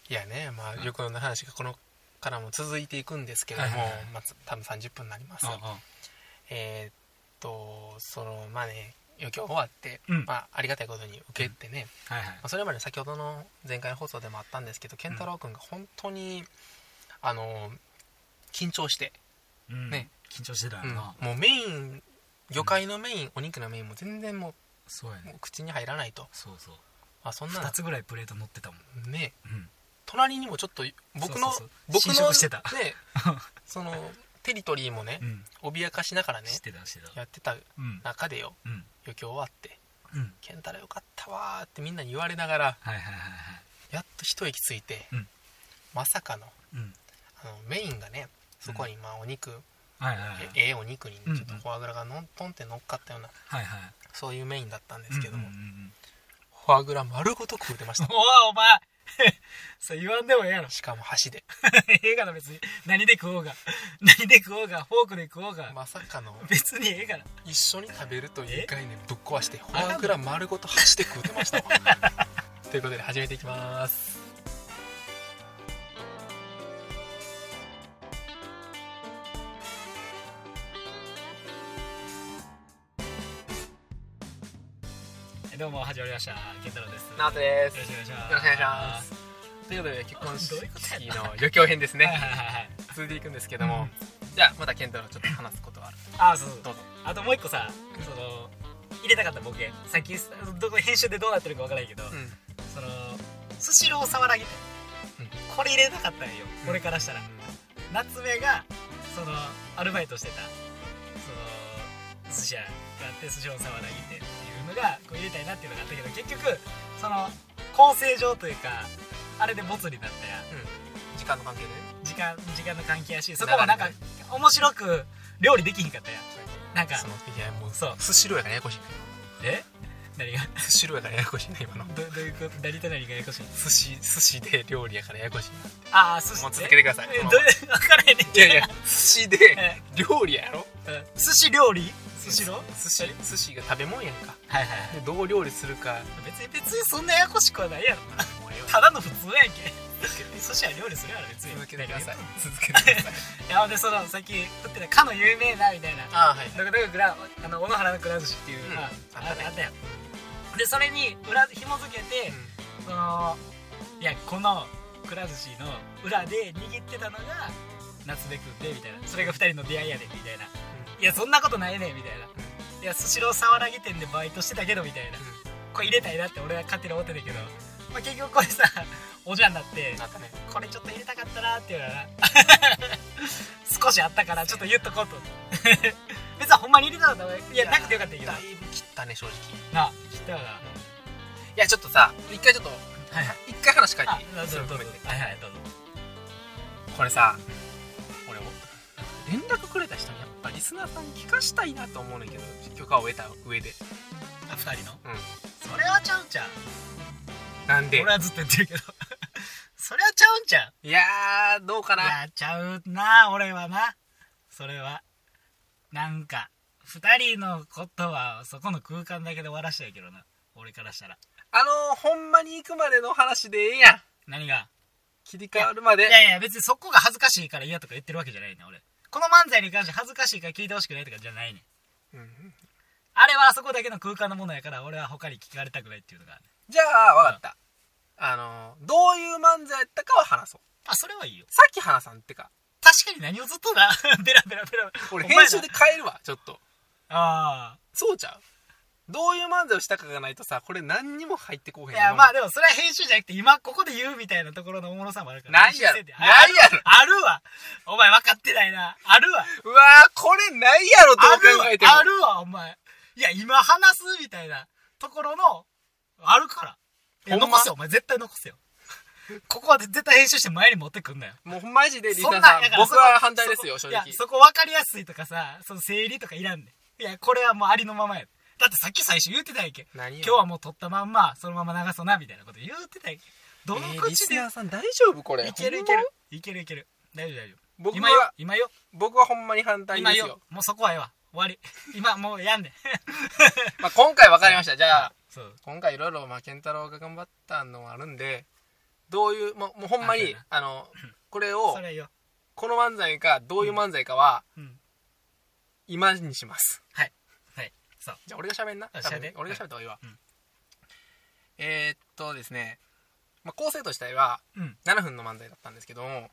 いやね、まあ旅行の話がこのからも続いていくんですけども、まあ、多分30分になります。そのまあね、余興終わって、まあ、ありがたいことに受けてね、まあ、それまで先ほどの前回放送でもあったんですけど、健太郎君が本当に緊張して、ね、 緊張してたな、 もうメイン、魚介のメイン、お肉のメインも全然もう口に入らないと。 まあ、そんな2つぐらいプレート乗ってたもんね。隣にもちょっと僕の侵食してたねそのテリトリーもね、脅かしながらねやってた中でよ、余興終わって「健太郎よかったわ」ってみんなに言われながら、やっと一息ついて、まさかのメインがね、そこにまあお肉、お肉にちょっとフォアグラがトンって乗っかったような、そういうメインだったんですけども、フォアグラ丸ごと食うてました。 お前そう言わんでもええやろ。 しかも箸でええがな、別に何で食おうがフォークで食おうが、 まさかの別にええから、 一緒に食べるという概念ぶっ壊してフォアグラ丸ごと箸で食うてましたわということで始めていきます。 どうも始まりました。健太郎です。 ナオトです。 よろしくお願いします。 よろしくお願いします。ということで結婚式の余興編ですね。続いていくんですけども、じゃあまた健太郎ちょっと話すことはある。 そうどうぞ。あともう一個さ、その入れたかったボケ、さっきどこ編集でどうなってるかわからないけど、そのスシローさわらぎ店、これ入れたかったんよ、俺からしたら。夏目がそのアルバイトしてたその寿司屋があって、スシローさわらぎ店っていうのがこう入れたいなっていうのがあったけど、結局その構成上というかあれでボツになったや、 時間の関係でね、 時間の関係やし、そこもなんか面白く料理できひんかったや。なんかそのいやもうそうスシローやからややこしい。 何がスシローやからややこしいね今の。 どういうこと？何と何がややこしい？ 寿司で料理やからややこしい。 寿司もう続けてください。 分からへんねん。 いや寿司で料理やろ。 寿司料理？スシロー？ 寿司が食べ物やんか。 でどう料理するか別にそんなややこしくはないやろ。ただの普通やんけ。寿司は料理するやろ別に。 続けてください。 いやでそのさっき振ってたかの有名なみたいな、どこ小野原のくら寿司っていうあったやん。でそれに裏紐付けて、そのいやこのくら寿司の裏で握ってたのが夏目くんでみたいな、それが2人の出会いやでみたいな、いやそんなことないねみたいな、いやスシローさわらぎ店でバイトしてたけどみたいな、これ入れたいなって俺は勝手に思ってたけど、まあ、結局これさおじゃんになってこれちょっと入れたかったなっていうのはな少しあったからちょっと言っとこうと別にほんまに入れたかったらいやなくてよかったけど、だいぶ切ったね正直な、切ったよな。いやちょっとさ一回話変えていい？ どうぞ。 これさ、俺連絡くれた人にやっぱリスナーさんに聞かしたいなと思うねんけど、許可を得た上で。 2人の？それはちゃうんちゃう。 なんで？ 俺はずっと言ってるけどそれはちゃうんちゃう。 いやーどうかな。 いやちゃうな、俺はな。それはなんか2人のことはそこの空間だけで終わらしたいけどな、俺からしたら。 ほんまに行くまでの話でええやん。 何が？ 切り替わるまで。 いや別にそこが恥ずかしいから嫌とか言ってるわけじゃないね俺。この漫才に関して恥ずかしいから聞いてほしくないとかじゃないね。あれはあそこだけの空間のものやから、俺は他に聞かれたくないっていうのがある。 じゃあ分かった、どういう漫才やったかは話そう。 それはいいよ。 さっき話さんってか、 確かに何をずっとなベラ俺編集で変えるわちょっと。そうちゃう。どういう漫才をしたかがないとさ、これ何にも入ってこうへん。 いやまあでもそれは編集じゃなくて今ここで言うみたいなところのおもろさもあるから。 ないやろ。 あるわ。お前分かってないな。あるわ。 うわーこれないやろどう考えても。 あるわお前。いや今話すみたいなところのあるから。残せよお前、絶対残せよ。ここは絶対編集して前に持ってくんなよ。 もうマジでリサさん僕は反対ですよ正直。 いやそこ分かりやすいとかさ、その整理とかいらんねん。いやこれはもうありのままや。だってさっき最初言ってたやんけ。今日はもう撮ったまんまそのまま流そうなみたいなこと言ってたやんけ。どの口で。 リスナーさん大丈夫これ？ いける。大丈夫。今よ。 僕はほんまに反対ですよ。 もうそこはええわ。終わり。今もうやんねん。 まあ今回分かりました。じゃあ今回いろいろ健太郎が頑張ったのもあるんで、 どういうもうほんまにこれをこの漫才がどういう漫才かは今にします。 はいはい。 そうじゃあ俺が喋んな。俺が喋った方がいいわ。ですね、構成としては7分の漫才だったんですけども、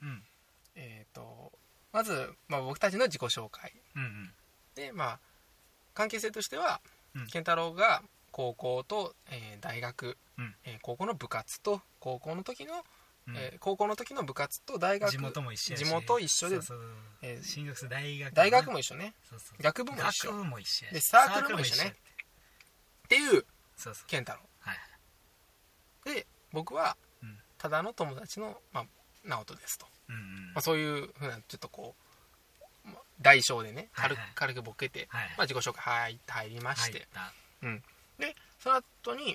まず僕たちの自己紹介で、関係性としては健太郎が高校と大学、高校の部活と高校の時の部活と大学地元も一緒で進学する大学も一緒ね。学部も一緒でサークルも一緒ねっていう健太郎で、僕はただの友達の直人ですと、そういうふうなちょっとこう代償でね軽くボケて自己紹介入りまして、でその後に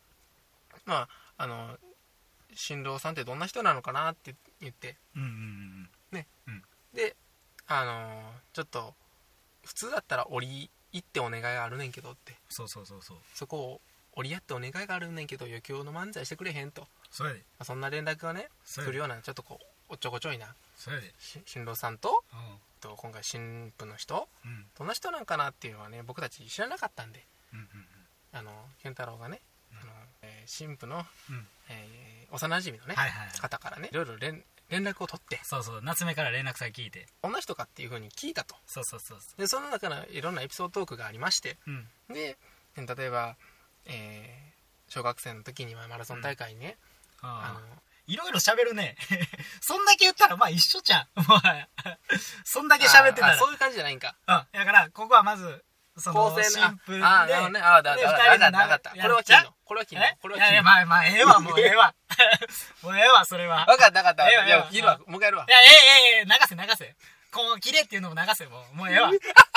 新郎さんってどんな人なのかなって言ってね、でちょっと普通だったら折り入ってお願いがあるねんけどって、そこを折り合ってお願いがあるねんけど余興の漫才してくれへんと、そんな連絡がね来るようなちょっとこうおっちょこちょいな新郎さんと今回新婦の人、どんな人なんかなっていうのはね僕たち知らなかったんで、健太郎がね新婦の幼馴染のね方からねいろいろ連絡を取って、 夏目から連絡先聞いてどんな人かっていう風に聞いたと。でその中のいろんなエピソードトークがありまして、で例えば小学生の時にはマラソン大会にね、 いろいろ喋るねそんだけ言ったら一緒じゃんそんだけ喋ってたらそういう感じじゃないんか。 だからここはまその新婦でなるほどね。分かった。これは切んの。 いやええわもうええわもうええわそれは。 分かった。いや切るわ。もう一回やるわ。 いや流せこう切れっていうのも流せもうええわ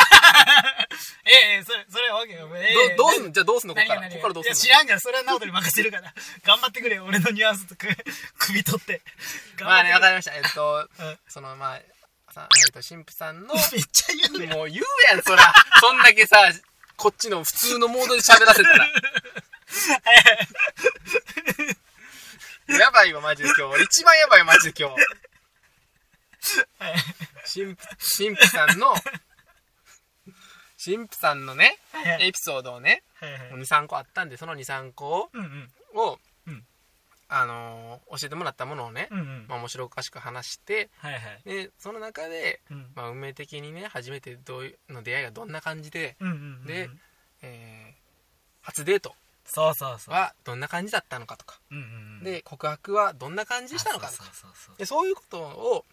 それ OK。 どうすんの？じゃあどうすんの？ここからどうすんの？ 知らんからそれは直人に任せるから頑張ってくれ俺のニュアンスと首取って分かりました。その新婦さんのめっちゃ言うやん。 もう言うやんそらそんだけさこっちの普通のモードで喋らせたらやばいわマジで今日一番やばいよマジで今日新婦さんのねエピソードをね 2,3 個あったんで、その 2,3 個を教えてもらったものをね面白おかしく話して、でその中で運命的にね初めての出会いがどんな感じでで初デートはどんな感じだったのかとかで告白はどんな感じしたのかとかでそういうことを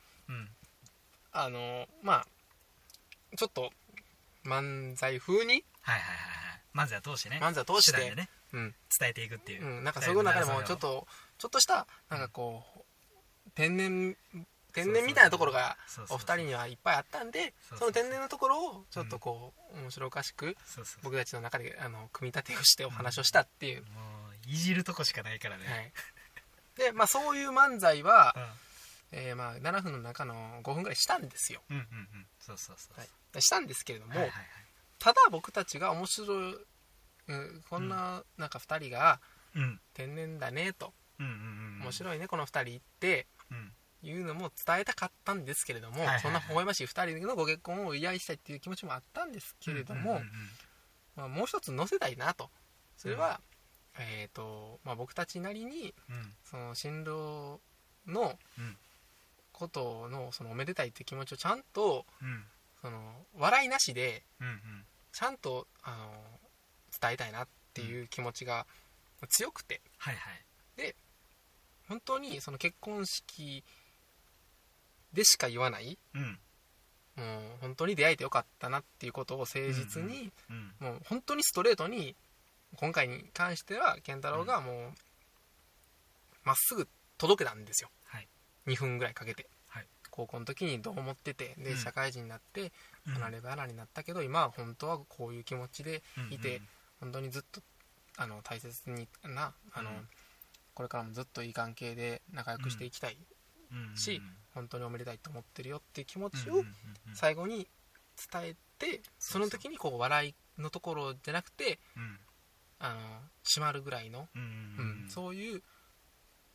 ちょっと漫才風に漫才を通してねね伝えていくっていう、 なんかそういう中でもちょっとしたなんかこう天然みたいなところがお二人にはいっぱいあったんで、その天然のところをちょっとこう面白おかしく僕たちの中で組み立てをしてお話をしたっていう、 もういじるとこしかないからね、 でそういう漫才は7分の中の5分ぐらいしたんですよ。したんですけれども、ただ僕たちが面白い、こんななんか2人が天然だねと、面白いねこの2人っていうのも伝えたかったんですけれども、そんな微笑ましい2人のご結婚を祝いしたいっていう気持ちもあったんですけれども、もう一つ載せたいなと。それは、僕たちなりに、その新郎のことのそのおめでたいっていう気持ちをちゃんと、その笑いなしでちゃんと伝えたいなっていう気持ちが強くて、で本当にその結婚式でしか言わない、もう本当に出会えてよかったなっていうことを誠実に、もう本当にストレートに今回に関しては健太郎がもうまっすぐ届けたんですよ、2分ぐらいかけて、高校の時にどう思ってて、で社会人になって離れ離れになったけど、今は本当はこういう気持ちでいて、本当にずっと大切にこれからもずっといい関係で仲良くしていきたいし、本当におめでたいと思ってるよっていう気持ちを最後に伝えて、その時にこう笑いのところじゃなくて、締まるぐらいの、そういう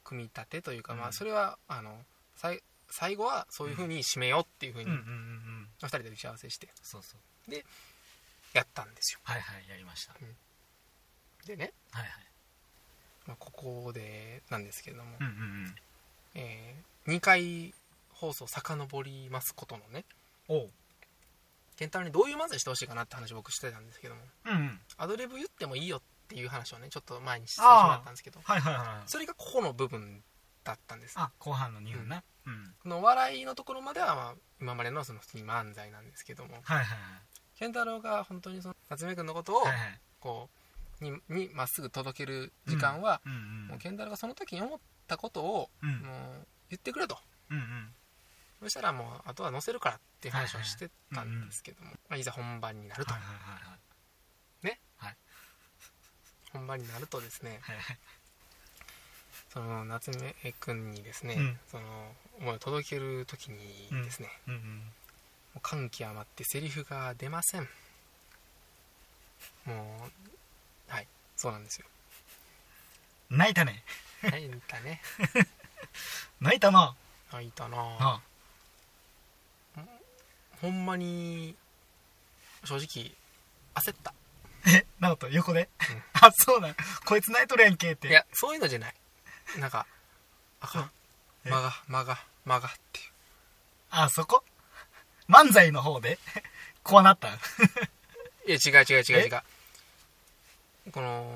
組み立てというか、まあそれは最後はそういう風に締めようっていう風に2人で打ち合わせして、 そうそう、 でやったんですよ。 はいはい、やりました。 でね、 はいはい、 まあ、ここでなんですけれども、 うんうんうん、 2回放送遡りますことのね、 おう、 健太郎にどういう漫才してほしいかなって話を僕してたんですけども、 うんうん、 アドリブ言ってもいいよっていう話をねちょっと前にさせてもらったんですけど、 はいはいはい、 それがここの部分だったんです。 後半の2分な、 うん、この笑いのところまでは、まあ、今までのその普通に漫才なんですけども、 はいはいはい、 健太郎が本当にその夏目くんのことを、はいはい、こうにまっすぐ届ける時間は、うんうんうん、もう健太郎がその時に思ったことを、もう言ってくれと、うんうん、そしたらもうあとは載せるからっていう話をしてたんですけども、まあ、いざ本番になると、はいはいはいはい、ね、はい、本番になるとですね、はいはい、その夏目くんにですね、その思いを届ける時にですね、もう感極まってセリフが出ません。もうはい、そうなんですよ。 泣いたね。 泣いたね。 泣いたな。 泣いたな。ほんまに正直焦った。 なると横で、あ、そうなん、こいつ泣いとるやんけって。 いや、そういうのじゃない。なんかあかん、間がっていう。 あ、そこ漫才の方でこうなった。いや、違う。この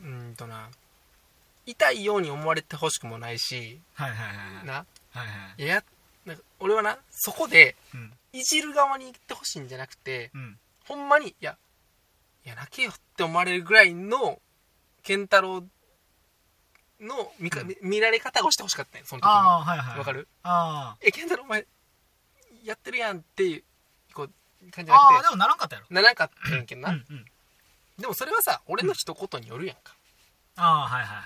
痛いように思われてほしくもないし、はいはいはい、な、はいはい、いや、なんか俺はな、そこで、いじる側に行ってほしいんじゃなくて、ほんまにいや泣けよって思われるぐらいの健太郎の見られ方をしてほしかったんよ、その時に。はいはい、わかる？健太郎お前やってるやんっていうこう感じじゃなくて、 でもならんかったやろ。 ならんかったんやけどな、でもそれはさ、俺の一言によるやんか。はいはいはい、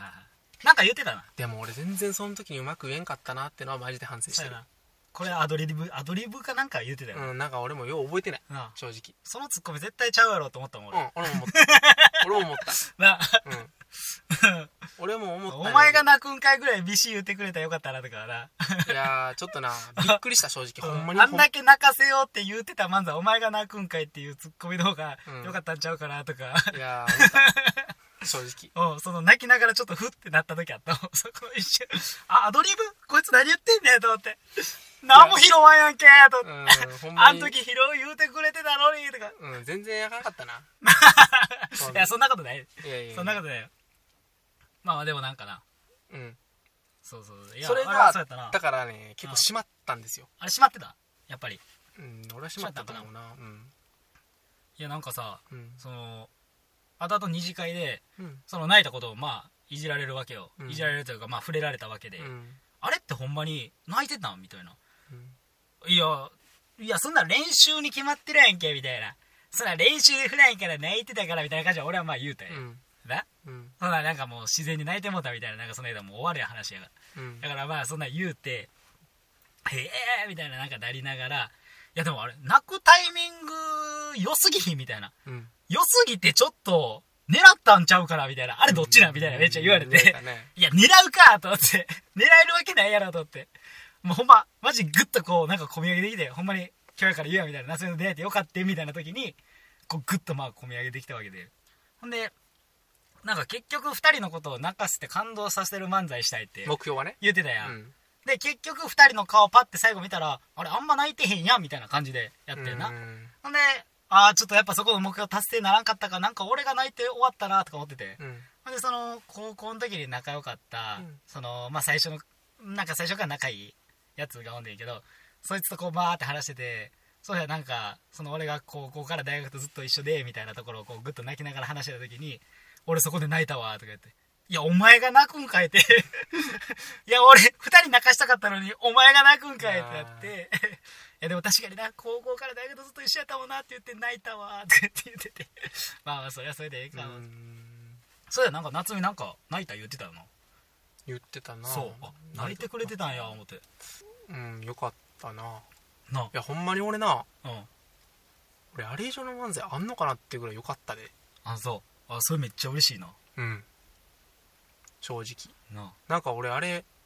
なんか言ってたな。 でも俺全然その時にうまく言えんかったなってのはマジで反省してる。 これアドリブかなんか言ってたよ。 なんか俺もよう覚えてない、正直。 そのツッコミ絶対ちゃうやろと思ったもん俺。 俺も思ったな、俺も思った。 お前が泣くんかいぐらいビシ言ってくれたらよかったなとかな。 いやちょっとな、びっくりした正直。ほんまにあんだけ泣かせようって言ってた漫才、お前が泣くんかいっていうツッコミの方がよかったんちゃうかなとか。 いや思った正直。 その泣きながらちょっとフッてなった時あった。そこ一瞬、アドリブこいつ何言ってんねんと思って、何も拾わんやんけと思って、あん時拾う言うてくれてたのにとか。 全然やかなかったな。 いや、そんなことない。そんなことないよ。まあでもなんかな、そういや、それがだからね、結構締まったんですよ。 あれ締まってたやっぱり。 俺は締まったと思うな。 いや、なんかさ、その後々二次会で、その泣いたことをまあいじられるわけよ、いじられるというか、まあ触れられたわけで、あれってほんまに泣いてたんみたいな、いやそんな練習に決まってるやんけみたいな、そんな練習普段から泣いてたからみたいな感じは俺はまあ言うたんや、そんななんかもう自然に泣いてもうたみたいな、なんかその間もう終わるや話やが、だからまあそんな言うて、へえみたいななんかなりながら、いやでもあれ泣くタイミング良すぎひんみたいな、良すぎてちょっと狙ったんちゃうからみたいな、あれどっちなんみたいなめっちゃ言われて、いや狙うかと思って、狙えるわけないやろと思って、もうほんまマジグッとこうなんか込み上げてきて、ほんまに今日やから言うやみたいな、夏目の出会えてよかったみたいな時にこうグッとまあ込み上げてきたわけで、ほんでなんか結局2人のことを泣かせて感動させる漫才したいって目標はね言ってたやん、で結局2人の顔パッて最後見たら、あれあんま泣いてへんやんみたいな感じでやってるな。ほんでちょっとやっぱそこの目標達成ならんかったか、なんか俺が泣いて終わったなとか思ってて、ほんでその高校の時に仲良かった、そのまあ最初のなんか最初から仲いいやつがおんねんけど、そいつとこうバーって話してて、そうやなんかその俺が高校から大学とずっと一緒でみたいなところをこうグッと泣きながら話してた時に、俺そこで泣いたわとか言って、いやお前が泣くんかいっていや俺2人泣かしたかったのにお前が泣くんかいってなって、いやでも確かにな、高校から大学とずっと一緒やったもんなって言って泣いたわとかって言っててまあまあそりゃそれでええかな。そうや、なんか夏美なんか泣いた言ってたよな。 言ってたな。 そう、泣いてくれてたんや思って、 よかったな。いやほんまに俺な、俺あれ以上の漫才あんのかなっていうぐらいよかったで。 そうそれめっちゃ嬉しいな。 正直なんか俺あれ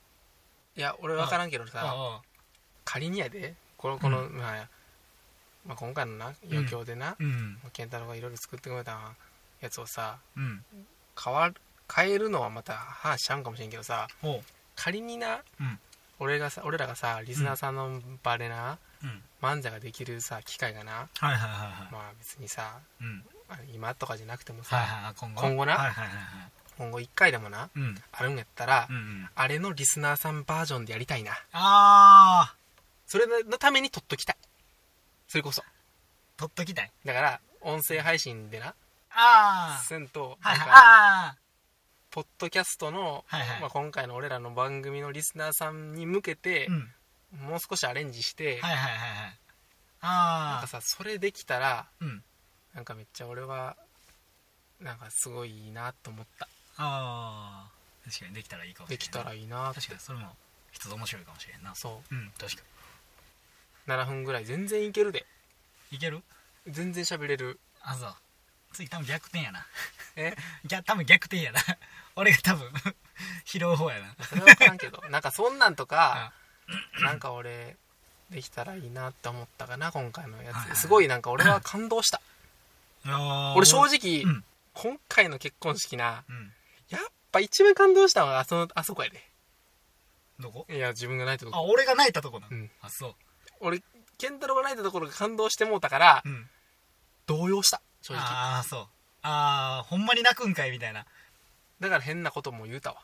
いや俺分からんけどさ、仮にやでこの、まあ、今回のな余興でな、健太郎がいろいろ作ってくれたやつをさ、変えるのはまた話しちゃうんかもしれんけどさ、仮にな、俺らがさリスナーさんの場でな、漫才ができるさ機会がな、まあ別にさ、今とかじゃなくてもさ、今後な、今後1回でもな、あるんやったら、あれのリスナーさんバージョンでやりたいな。それのために撮っときたい。それこそ撮っときたい。 だから音声配信でなせんと、ポッドキャストの、まあ、今回の俺らの番組のリスナーさんに向けて、もう少しアレンジして、なんかさそれできたら、なんかめっちゃ俺はなんかすごいいいなと思った。 確かにできたらいいかもしれない。 できたらいいな。 確かにそれも一つ面白いかもしれんな。 そう、 確かに7分ぐらい全然いけるで。 いける？ 全然喋れる。 そう次多分逆転やな。 多分逆転やな。俺が多分拾う方やな。 それは分からんけどなんかそんなんとかなんか俺できたらいいなって思ったかな今回のやつ。すごいなんか俺は感動した。俺正直、今回の結婚式な、やっぱ一番感動したのはあそこやで。 どこ？ いや自分が泣いたとこ。 俺が泣いたとこな。そう。 俺健太郎が泣いたところが感動してもうたから、動揺した正直。 そう。ほんまに泣くんかいみたいな。 だから変なことも言うたわ。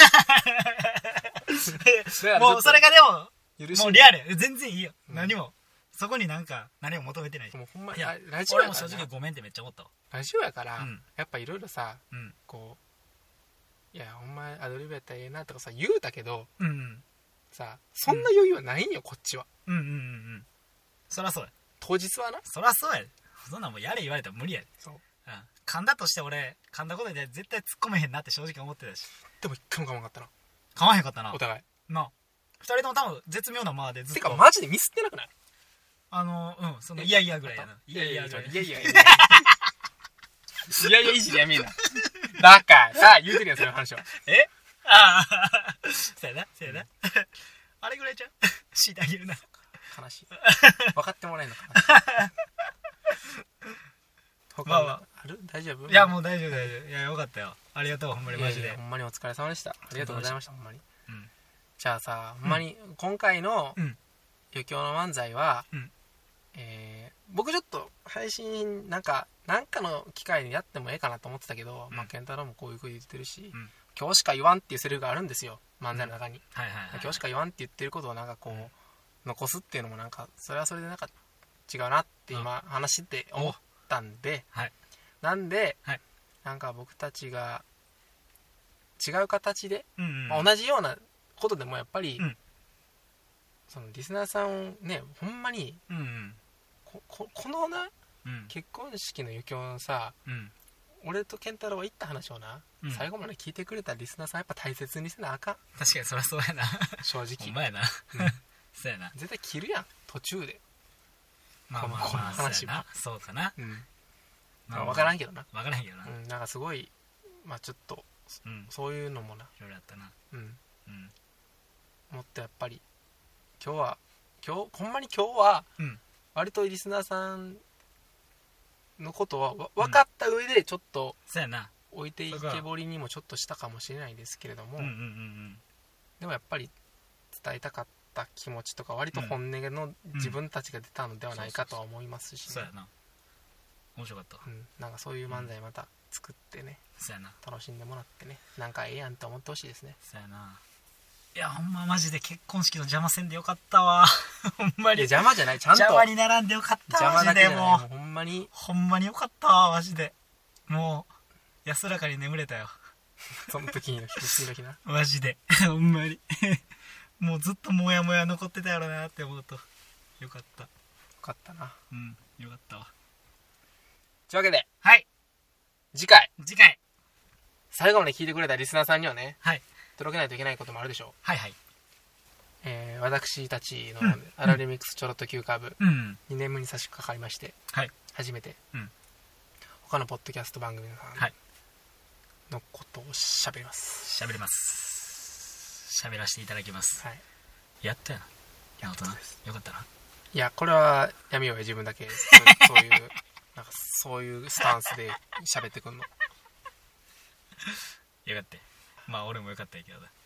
もうそれがでももうリアル全然いいよ。何もそこに何も求めてないし。もうほんまにラジオやから。俺も正直ごめんってめっちゃ思ったわ。 ラジオやから、やっぱいろいろさ、こういやお前アドリブやったらええなとかさ言うたけど、さそんな余裕はないんよこっちは。そらそうや。当日はな。 そらそうや。そんなんもうやれ言われたら無理やで。そう。噛んだとして俺噛んだことで絶対突っ込めへんなって正直思ってたし。 でも一回も噛まんかったな。 噛まへんかったな。 お互い。 な。2人とも多分絶妙な間でずっと。 てかマジでミスってなくない？ そのいやいやぐらいやな。いやいやぐらい。いやいや。いやいやいじでやめえな。だからさ言うてるやんそういう話は。 そうやな。あれぐらいちゃう？強いてあげるな。 悲しい。分かってもらえんのかな。他ある？大丈夫？ いやもう大丈夫。いやよかったよ。ありがとうほんまにマジで。 ほんまにお疲れ様でした。ありがとうございましたほんまに。じゃあさほんまに今回の余興の漫才は僕ちょっと配信なんかの機会にやってもええかなと思ってたけど、まあ健太郎もこういう風言ってるし、今日しか言わんっていうセリフがあるんですよ漫才の中に。今日しか言わんって言ってることをなんかこう残すっていうのもなんかそれはそれでなんか違うなって今話して思ったんで、なんでなんか僕たちが違う形で、まあ、同じようなことでもやっぱり、そのリスナーさんねほんまに、このな、結婚式の余興のさ、俺と健太郎は言った話をな、最後まで聞いてくれたリスナーさんやっぱ大切にせなあかん。 確かにそりゃそうやな正直ほんまやな、そうやな。 絶対切るやん途中で。 まあこの話はそうかな。 分からんけどな。 なんかすごいまあちょっとそういうのもないろいろあったな。 もっとやっぱりほんまに今日は割とリスナーさんのことは分かった上でちょっと置いていけぼりにもちょっとしたかもしれないですけれども、でもやっぱり伝えたかった気持ちとか割と本音の自分たちが出たのではないかとは思いますし、 そうやな。面白かった。 なんかそういう漫才また作ってね、楽しんでもらってね、なんかええやんって思ってほしいですね。 そうやな。いやほんまマジで結婚式の邪魔せんでよかったわほんまに。 邪魔じゃない、ちゃんと邪魔に並んでよかったマジで。もうほんまによかったわマジで。もう安らかに眠れたよその時の日なマジでほんまにもうずっとモヤモヤ残ってたやろなって思うとよかった。 よかったな。 よかったわ。 というわけで次回最後まで聞いてくれたリスナーさんにはね、届けないといけないこともあるでしょう。私たちのアラレミックスちょろっと急カーブ、2年目に差し掛かりまして、初めて、他のポッドキャスト番組さんのことを喋ります。 喋らせていただきます。 やったよな。よかったな。 いや、これはやめようよ、自分だけそういうなんかそういうスタンスで喋ってくんの。 よかった。まあ俺もよかったけどな。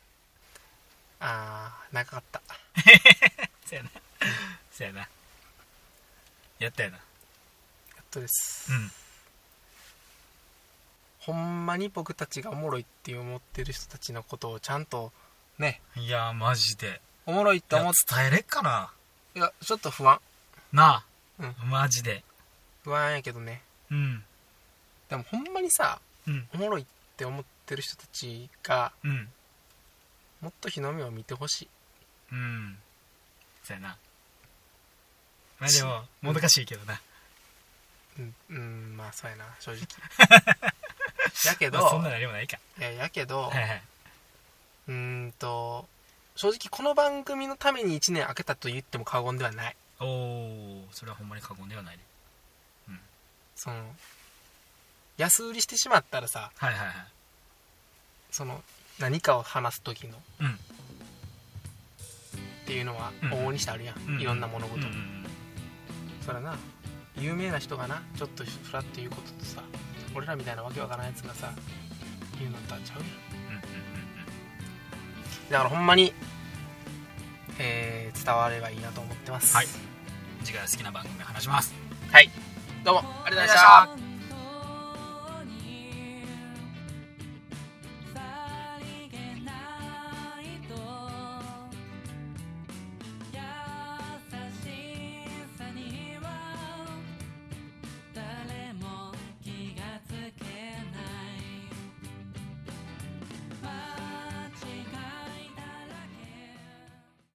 長かったそやなそやな。やったよな。 やっとです。ほんまに僕たちがおもろいって思ってる人たちのことをちゃんとね。 いやマジでおもろいって思って伝えれっかな。 いやちょっと不安なあ、マジで不安やけどね。でもほんまにさ、おもろいって思ってる人たちが、もっと日の目を見てほしい。 そうやな。まあでももどかしいけどな。 まあそうやな、正直やけど、 まあ、そんな何もないか。 やけど、正直この番組のために1年空けたと言っても過言ではない。 おお、それはほんまに過言ではないね。 その安売りしてしまったらさ、その何かを話す時の、っていうのは往々にしてあるやん、いろんな物事、そらな、有名な人がなちょっとフラッと言うこととさ、俺らみたいなわけわからんやつがさ言うのとはちゃうやん。だからほんまに、伝わればいいなと思ってます。 次回は好きな番組で話します。 はい、どうもありがとうございました。